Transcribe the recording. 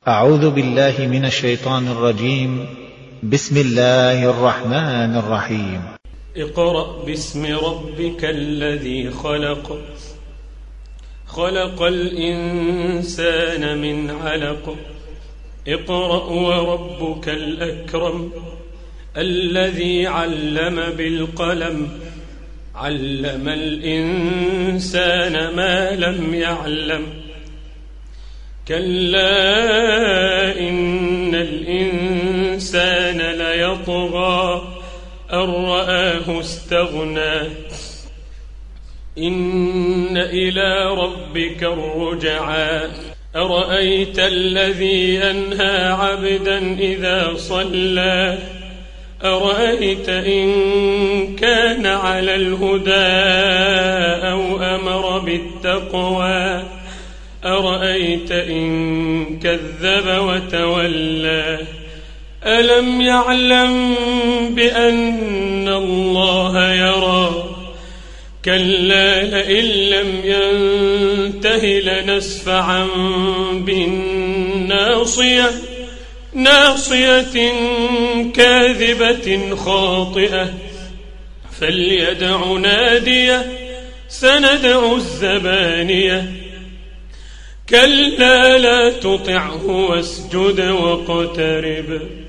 أعوذ بالله من الشيطان الرجيم. بسم الله الرحمن الرحيم. اقرأ باسم ربك الذي خلق، خلق الإنسان من علق. اقرأ وربك الأكرم الذي علم بالقلم، علم الإنسان ما لم يعلم. كلا إن الإنسان ليطغى أن رآه استغنى، إن إلى ربك الرجعى. أرأيت الذي ينهى عبدا إذا صلى، أرأيت إن كان على الهدى أو أمر بالتقوى، أرأيت إن كذب وتولى. ألم يعلم بأن الله يرى، كلا لئن لم ينته لنسفعا بالناصية، ناصية كاذبة خاطئة، فليدع ناديه سندع الزبانية. كلا لا تطعه واسجد واقترب.